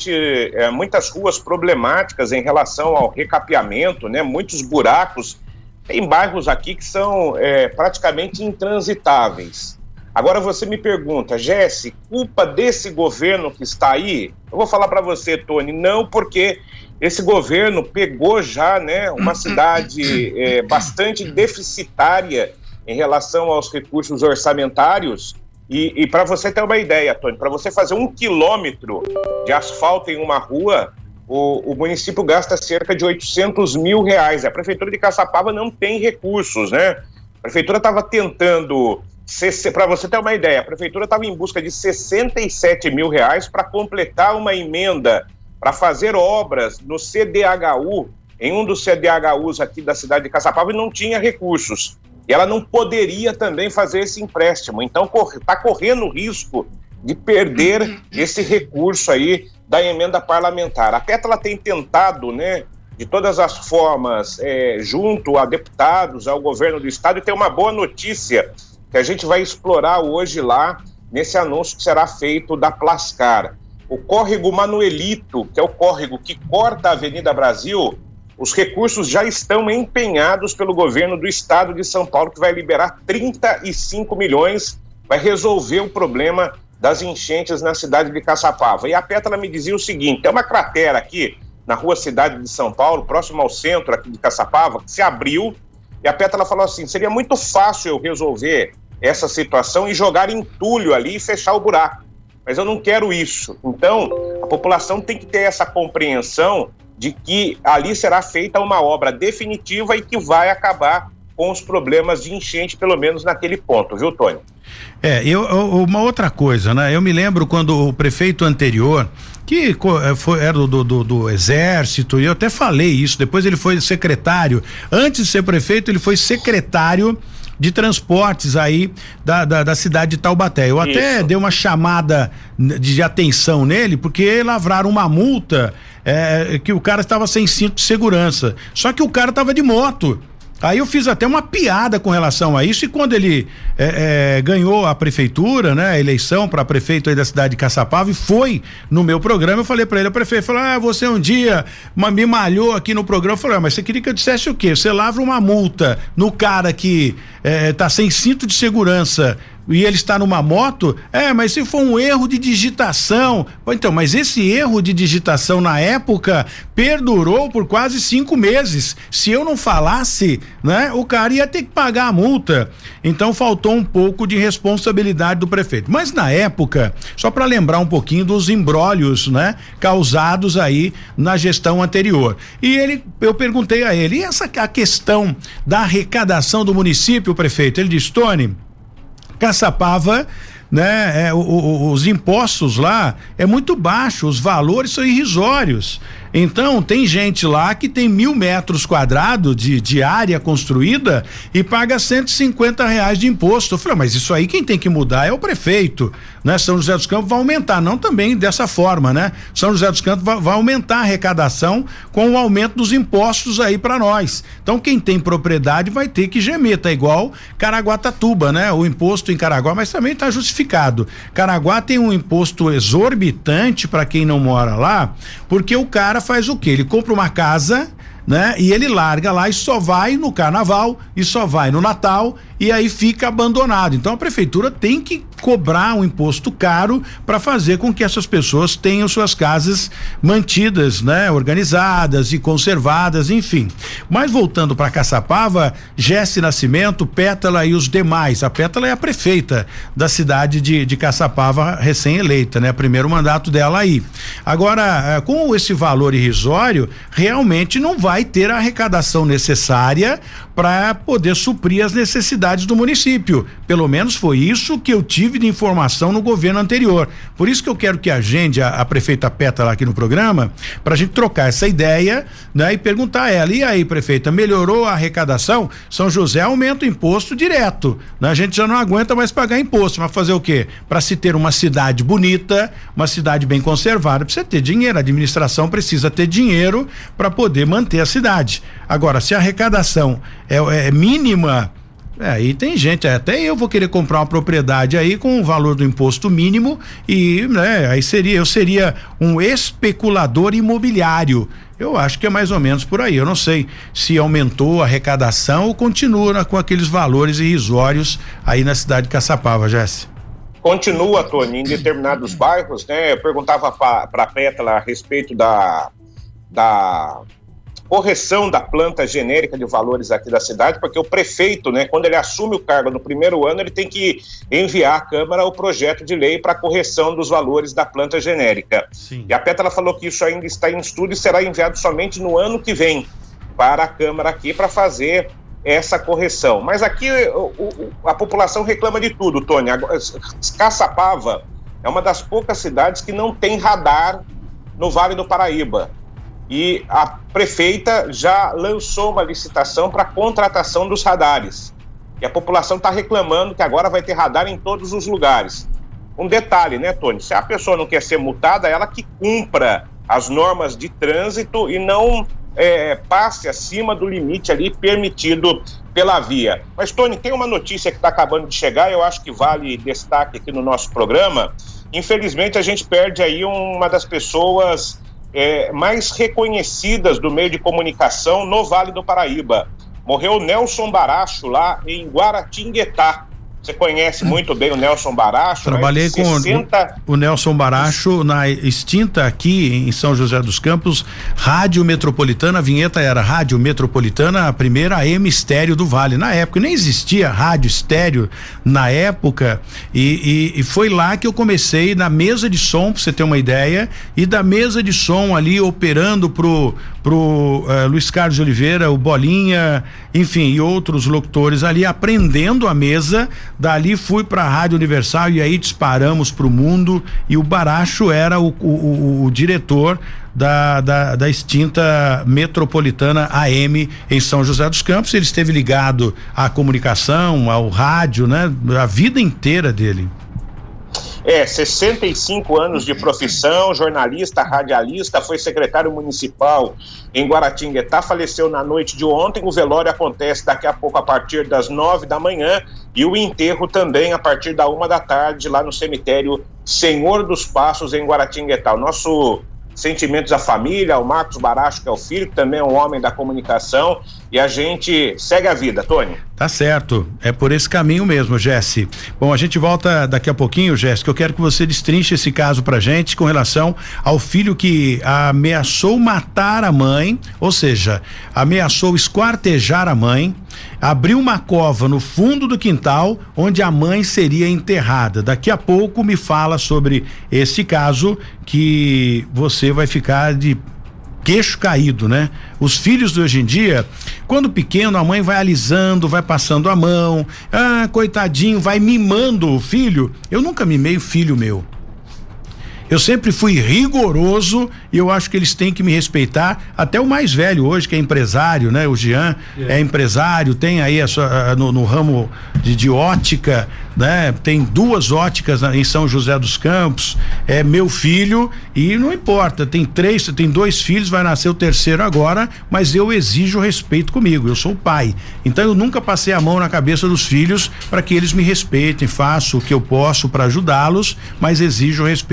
muitas ruas problemáticas em relação ao recapeamento, né, muitos buracos. Tem bairros aqui que são praticamente intransitáveis. Agora você me pergunta, Jesse, culpa desse governo que está aí? Eu vou falar para você, Tony, não, porque esse governo pegou já, né, uma cidade bastante deficitária em relação aos recursos orçamentários. E para você ter uma ideia, Tony, para você fazer 1 quilômetro de asfalto em uma rua, o município gasta cerca de R$800 mil. A prefeitura de Caçapava não tem recursos, né? A prefeitura estava tentando, para você ter uma ideia, a prefeitura estava em busca de R$67 mil para completar uma emenda para fazer obras no CDHU, em um dos CDHUs aqui da cidade de Caçapava, e não tinha recursos. E ela não poderia também fazer esse empréstimo. Então, está correndo o risco de perder esse recurso aí da emenda parlamentar. A Pétala tem tentado, né, de todas as formas, junto a deputados, ao governo do estado, e tem uma boa notícia que a gente vai explorar hoje lá, nesse anúncio que será feito da Plascar. O córrego Manuelito, que é o córrego que corta a Avenida Brasil, os recursos já estão empenhados pelo governo do estado de São Paulo, que vai liberar 35 milhões, vai resolver o problema das enchentes na cidade de Caçapava. E a Pétala me dizia o seguinte, tem uma cratera aqui na rua Cidade de São Paulo, próximo ao centro aqui de Caçapava, que se abriu, e a Pétala falou assim, seria muito fácil eu resolver essa situação e jogar entulho ali e fechar o buraco, mas eu não quero isso. Então, a população tem que ter essa compreensão de que ali será feita uma obra definitiva e que vai acabar com os problemas de enchente, pelo menos naquele ponto, viu, Tony? Uma outra coisa, né? Eu me lembro quando o prefeito anterior, que era do Exército, e eu até falei isso, depois ele foi secretário, antes de ser prefeito, ele foi secretário de transportes aí da cidade de Taubaté. Eu até dei uma chamada de atenção nele, porque lavraram uma multa que o cara estava sem cinto de segurança. Só que o cara estava de moto. Aí eu fiz até uma piada com relação a isso, e quando ele ganhou a prefeitura, né, a eleição para prefeito aí da cidade de Caçapava, e foi no meu programa, eu falei para ele, o prefeito falou, você um dia me malhou aqui no programa. Eu falei, mas você queria que eu dissesse o quê? Você lavra uma multa no cara que tá sem cinto de segurança e ele está numa moto, mas se for um erro de digitação, então, mas esse erro de digitação na época perdurou por quase 5 meses. Se eu não falasse, né, o cara ia ter que pagar a multa. Então faltou um pouco de responsabilidade do prefeito. Mas na época, só para lembrar um pouquinho dos imbrólios, né, causados aí na gestão anterior. E eu perguntei a ele, e a questão da arrecadação do município, prefeito? Ele disse, Tony, Caçapava, né, os impostos lá é muito baixo, os valores são irrisórios. Então tem gente lá que tem 1.000 metros quadrados de área construída e paga R$150 de imposto. Eu falei, mas isso aí quem tem que mudar é o prefeito, né? São José dos Campos vai aumentar, não também dessa forma, né? São José dos Campos vai aumentar a arrecadação com o aumento dos impostos aí para nós. Então quem tem propriedade vai ter que gemer, tá igual Caraguatatuba, né? O imposto em Caraguá, mas também tá justificado. Caraguá tem um imposto exorbitante para quem não mora lá, porque o cara faz o quê? Ele compra uma casa, né? E ele larga lá e só vai no carnaval, e só vai no Natal, e aí fica abandonado. Então a prefeitura tem que cobrar um imposto caro para fazer com que essas pessoas tenham suas casas mantidas, né? Organizadas e conservadas, enfim. Mas voltando para Caçapava, Jesse Nascimento, Pétala e os demais. A Pétala é a prefeita da cidade de Caçapava, recém-eleita, né? Primeiro mandato dela aí. Agora, com esse valor irrisório, realmente não vai ter a arrecadação necessária para poder suprir as necessidades do município. Pelo menos foi isso que eu tive de informação no governo anterior. Por isso que eu quero que agende a prefeita Pétala aqui no programa, para a gente trocar essa ideia, né? E perguntar a ela, e aí, prefeita, melhorou a arrecadação? São José aumenta o imposto direto, né? A gente já não aguenta mais pagar imposto, mas fazer o quê? Para se ter uma cidade bonita, uma cidade bem conservada, precisa ter dinheiro, a administração precisa ter dinheiro para poder manter a cidade. Agora, se a arrecadação é mínima, aí tem gente, até eu vou querer comprar uma propriedade aí com o valor do imposto mínimo e, né, aí eu seria um especulador imobiliário. Eu acho que é mais ou menos por aí. Eu não sei se aumentou a arrecadação ou continua com aqueles valores irrisórios aí na cidade de Caçapava, Jesse. Continua, Tony, em determinados bairros, né? Eu perguntava para a Pétala a respeito da correção da planta genérica de valores aqui da cidade, porque o prefeito, né, quando ele assume o cargo no primeiro ano, ele tem que enviar à Câmara o projeto de lei para correção dos valores da planta genérica. Sim. E a Pétala falou que isso ainda está em estudo e será enviado somente no ano que vem para a Câmara aqui para fazer essa correção. Mas aqui a população reclama de tudo, Tony. Caçapava é uma das poucas cidades que não tem radar no Vale do Paraíba. E a prefeita já lançou uma licitação para contratação dos radares. E a população está reclamando que agora vai ter radar em todos os lugares. Um detalhe, né, Tony? Se a pessoa não quer ser multada, ela que cumpra as normas de trânsito e não passe acima do limite ali permitido pela via. Mas, Tony, tem uma notícia que está acabando de chegar, eu acho que vale destaque aqui no nosso programa. Infelizmente, a gente perde aí uma das pessoas mais reconhecidas do meio de comunicação no Vale do Paraíba. Morreu Nelson Baracho lá em Guaratinguetá. Você conhece muito bem o Nelson Baracho. Trabalhei com o Nelson Baracho na extinta aqui em São José dos Campos, Rádio Metropolitana. A vinheta era Rádio Metropolitana, a primeira AM estéreo do Vale. Na época nem existia rádio estéreo na época e foi lá que eu comecei na mesa de som, pra você ter uma ideia, e da mesa de som ali operando pro Luiz Carlos de Oliveira, o Bolinha, enfim, e outros locutores ali aprendendo a mesa. Dali fui para a Rádio Universal e aí disparamos para o mundo, e o Baracho era o diretor da extinta Metropolitana AM em São José dos Campos. Ele esteve ligado à comunicação, ao rádio, né? A vida inteira dele. 65 anos de profissão, jornalista, radialista, foi secretário municipal em Guaratinguetá, faleceu na noite de ontem. O velório acontece daqui a pouco a partir das 9 da manhã e o enterro também a partir da 1 da tarde lá no cemitério Senhor dos Passos em Guaratinguetá. O nosso sentimentos à família, ao Marcos Baracho, que é o filho, que também é um homem da comunicação, e a gente segue a vida, Tony. Tá certo, é por esse caminho mesmo, Jesse. Bom, a gente volta daqui a pouquinho, Jesse, que eu quero que você destrinche esse caso pra gente com relação ao filho que ameaçou matar a mãe, ou seja, ameaçou esquartejar a mãe, abriu uma cova no fundo do quintal onde a mãe seria enterrada. Daqui a pouco me fala sobre esse caso que você vai ficar de queixo caído, né? Os filhos de hoje em dia, quando pequeno, a mãe vai alisando, vai passando a mão, coitadinho, vai mimando o filho. Eu nunca mimei o filho meu. Eu sempre fui rigoroso e eu acho que eles têm que me respeitar. Até o mais velho hoje, que é empresário, né? O Jean é empresário, tem aí no ramo de ótica, né? Tem 2 óticas em São José dos Campos, é meu filho e não importa, tem 2 filhos, vai nascer o terceiro agora, mas eu exijo respeito comigo, eu sou o pai. Então eu nunca passei a mão na cabeça dos filhos para que eles me respeitem, faço o que eu posso para ajudá-los, mas exijo respeito. E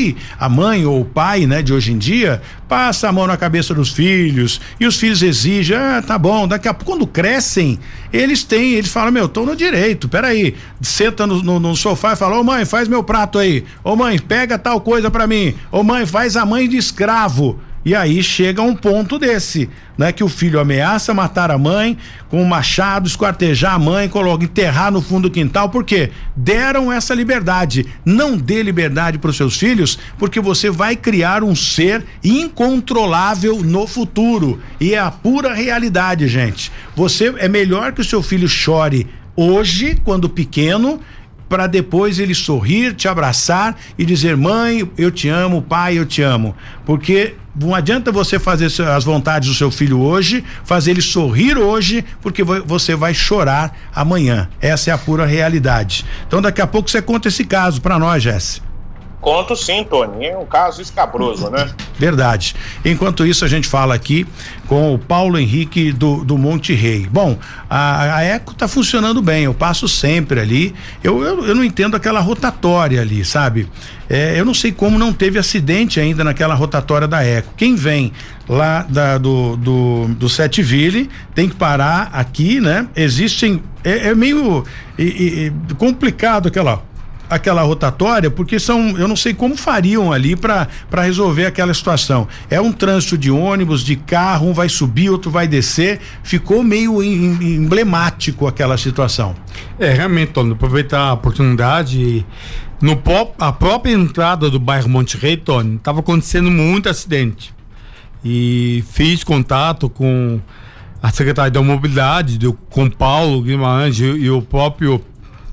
Aí a mãe ou o pai, né, de hoje em dia, passa a mão na cabeça dos filhos e os filhos exigem, tá bom, daqui a pouco quando crescem, eles falam, tô no direito, peraí, senta no sofá e fala, ô mãe, faz meu prato aí, ô mãe, pega tal coisa pra mim, ô mãe, faz a mãe de escravo. E aí chega um ponto desse, né? Que o filho ameaça matar a mãe com um machado, esquartejar a mãe, enterrar no fundo do quintal, porque deram essa liberdade. Não dê liberdade para os seus filhos, porque você vai criar um ser incontrolável no futuro. E é a pura realidade, gente. É melhor que o seu filho chore hoje, quando pequeno, para depois ele sorrir, te abraçar e dizer, mãe, eu te amo, pai, eu te amo. Porque não adianta você fazer as vontades do seu filho hoje, fazer ele sorrir hoje, porque você vai chorar amanhã. Essa é a pura realidade. Então daqui a pouco você conta esse caso para nós, Jesse. Conto sim, Tony, é um caso escabroso, né? Verdade. Enquanto isso, a gente fala aqui com o Paulo Henrique do Monte Rei. Bom, a Eco tá funcionando bem, eu passo sempre ali, eu não entendo aquela rotatória ali, sabe? Eu não sei como não teve acidente ainda naquela rotatória da Eco. Quem vem lá do Setville tem que parar aqui, né? Existem, é meio complicado aquela rotatória, porque eu não sei como fariam ali para resolver aquela situação. É um trânsito de ônibus, de carro, um vai subir, outro vai descer, ficou meio emblemático aquela situação. Realmente, Tony, aproveitar a oportunidade, a própria entrada do bairro Monte Rei, Tony, estava acontecendo muito acidente, e fiz contato com a Secretaria da Mobilidade, com Paulo Guimarães e o próprio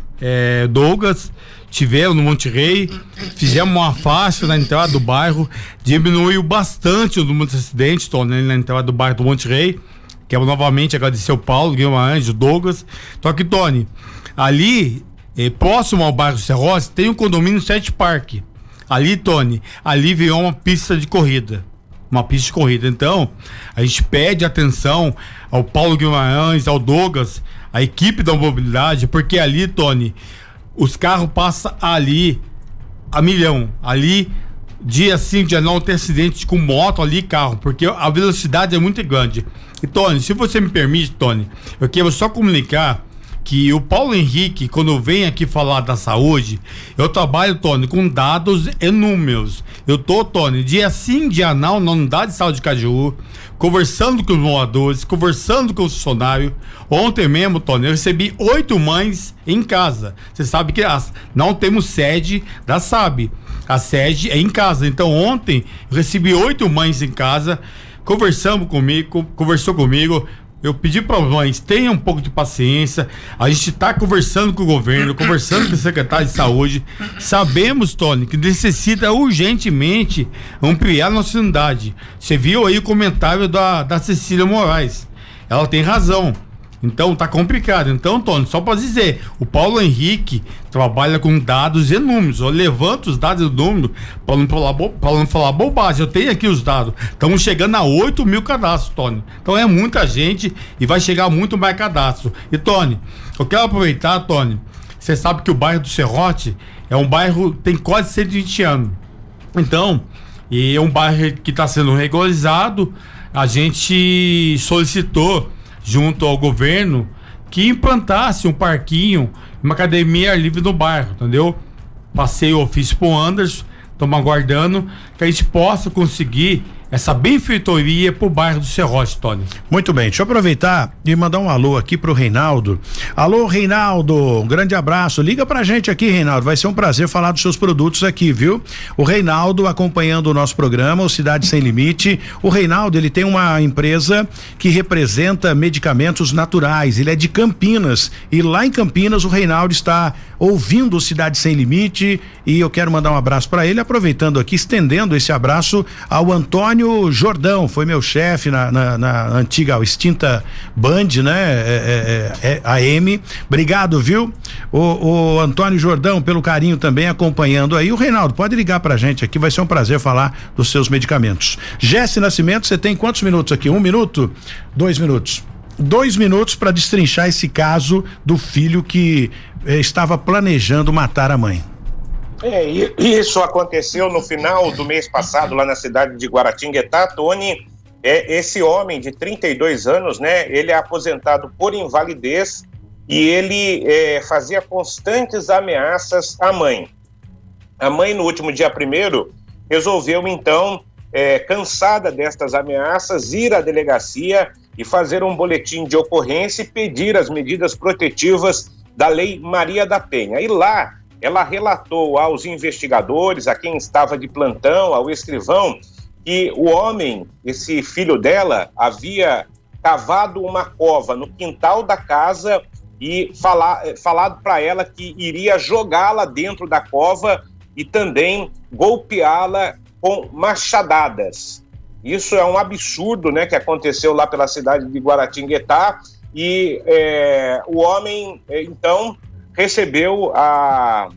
Douglas. Tiveram no Monte Rei, fizemos uma faixa na entrada do bairro, diminuiu bastante o número de acidentes, Tony, na entrada do bairro do Monte Rei. Quero novamente agradecer o Paulo Guimarães, o Douglas. Então aqui, Tony, ali, próximo ao bairro Serrote, tem um condomínio Sete Parque. Ali, Tony, ali virou uma pista de corrida. Então, a gente pede atenção ao Paulo Guimarães, ao Douglas, a equipe da mobilidade, porque ali, Tony, os carros passam ali a milhão. Ali, dia sim, dia não, tem acidente com moto ali, carro, porque a velocidade é muito grande. E, Tony, se você me permite, Tony, eu quero só comunicar que o Paulo Henrique, quando vem aqui falar da saúde, eu trabalho, Tony, com dados e números. Eu tô, Tony, dia sim, dia não, na unidade de saúde de Cajuru, conversando com os moradores, conversando com os funcionários. Ontem mesmo, Tony, eu recebi 8 mães em casa. Você sabe que não temos sede da SAB. A sede é em casa. Então, ontem, eu recebi 8 mães em casa, conversou comigo. Eu pedi para as mães, tenham um pouco de paciência. A gente está conversando com o governo, conversando com o secretário de saúde. Sabemos, Tony, que necessita urgentemente ampliar nossa unidade. Você viu aí o comentário da Cecília Moraes. Ela tem razão. Então tá complicado. Então, Tony, só para dizer, o Paulo Henrique trabalha com dados e números. Eu levanto os dados e números para não falar bobagem. Eu tenho aqui os dados. Estamos chegando a 8 mil cadastros, Tony. Então é muita gente e vai chegar muito mais cadastro. E, Tony, eu quero aproveitar, Tony, você sabe que o bairro do Serrote é um bairro que tem quase 120 anos. Então, e é um bairro que está sendo regularizado. A gente solicitou junto ao governo que implantasse um parquinho, uma academia livre no bairro, entendeu? Passei o ofício pro Anderson, estamos aguardando que a gente possa conseguir essa benfeitoria pro bairro do Serrote, Tony. Muito bem, deixa eu aproveitar e mandar um alô aqui pro Reinaldo. Alô, Reinaldo, um grande abraço, liga pra gente aqui, Reinaldo, vai ser um prazer falar dos seus produtos aqui, viu? O Reinaldo acompanhando o nosso programa, o Cidade Sem Limite. O Reinaldo, ele tem uma empresa que representa medicamentos naturais, ele é de Campinas e lá em Campinas o Reinaldo está ouvindo o Cidade Sem Limite e eu quero mandar um abraço para ele, aproveitando aqui, estendendo esse abraço ao Antônio Jordão, foi meu chefe na antiga extinta Band, né? AM. Obrigado, viu? O Antônio Jordão, pelo carinho também acompanhando aí. O Reinaldo, pode ligar pra gente aqui, vai ser um prazer falar dos seus medicamentos. Jesse Nascimento, você tem quantos minutos aqui? 1 minuto? 2 minutos. 2 minutos para destrinchar esse caso do filho que estava planejando matar a mãe. Isso aconteceu no final do mês passado, lá na cidade de Guaratinguetá, Tony. Esse homem de 32 anos, né? Ele é aposentado por invalidez e ele fazia constantes ameaças à mãe. A mãe, no último dia 1º, resolveu, então, cansada destas ameaças, ir à delegacia e fazer um boletim de ocorrência e pedir as medidas protetivas da Lei Maria da Penha. E lá, ela relatou aos investigadores, a quem estava de plantão, ao escrivão, que o homem, esse filho dela, havia cavado uma cova no quintal da casa e falado para ela que iria jogá-la dentro da cova e também golpeá-la com machadadas. Isso é um absurdo, né, que aconteceu lá pela cidade de Guaratinguetá e o homem, então, recebeu a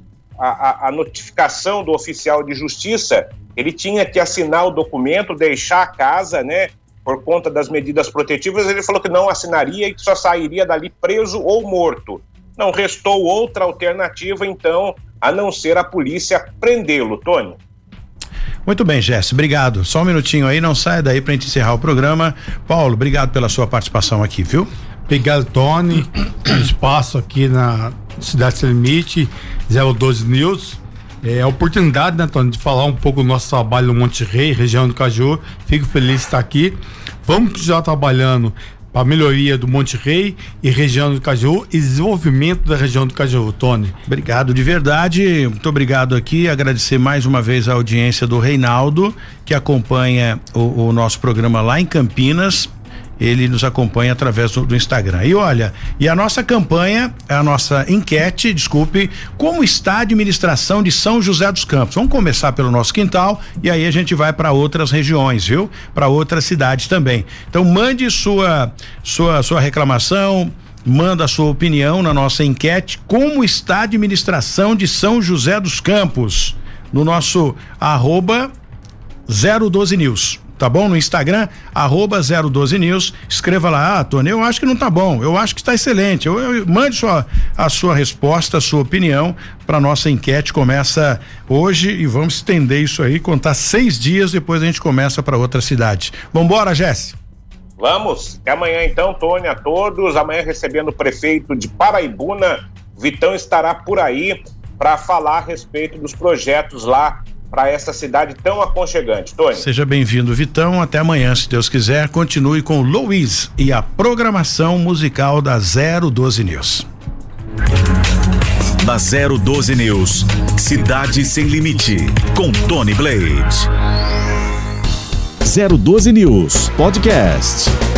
notificação do oficial de justiça. Ele tinha que assinar o documento, deixar a casa, né, por conta das medidas protetivas. Ele falou que não assinaria e que só sairia dali preso ou morto. Não restou outra alternativa, então, a não ser a polícia prendê-lo, Tony. Muito bem, Jéssica, obrigado. Só um minutinho aí, não saia daí pra gente encerrar o programa. Paulo, obrigado pela sua participação aqui, viu? Obrigado, Tony. Espaço aqui na Cidade Sem Limite, 012 News. A oportunidade, né, Tony, de falar um pouco do nosso trabalho no Monte Rei, região do Caju. Fico feliz de estar aqui. Vamos continuar trabalhando para a melhoria do Monte Rei e região do Caju e desenvolvimento da região do Caju, Tony. Obrigado de verdade, muito obrigado aqui, agradecer mais uma vez a audiência do Reinaldo, que acompanha o nosso programa lá em Campinas. Ele nos acompanha através do Instagram. E olha, e a nossa campanha, a nossa enquete, como está a administração de São José dos Campos? Vamos começar pelo nosso quintal e aí a gente vai para outras regiões, viu? Para outras cidades também. Então mande sua reclamação, manda a sua opinião na nossa enquete. Como está a administração de São José dos Campos? No nosso @012 News. Tá bom? No Instagram, @012 News, escreva lá, Tony, eu acho que não tá bom, eu acho que está excelente, mande a sua resposta, a sua opinião para nossa enquete, começa hoje e vamos estender isso aí, contar 6 dias, depois a gente começa para outra cidade. Vambora, Jéssica? Vamos, até amanhã então, Tony, a todos, amanhã recebendo o prefeito de Paraibuna, Vitão estará por aí para falar a respeito dos projetos lá para essa cidade tão aconchegante. Tony. Seja bem-vindo, Vitão. Até amanhã, se Deus quiser. Continue com o Luiz e a programação musical da 012 News. Da 012 News, Cidade Sem Limite, com Tony Blade. 012 News Podcast.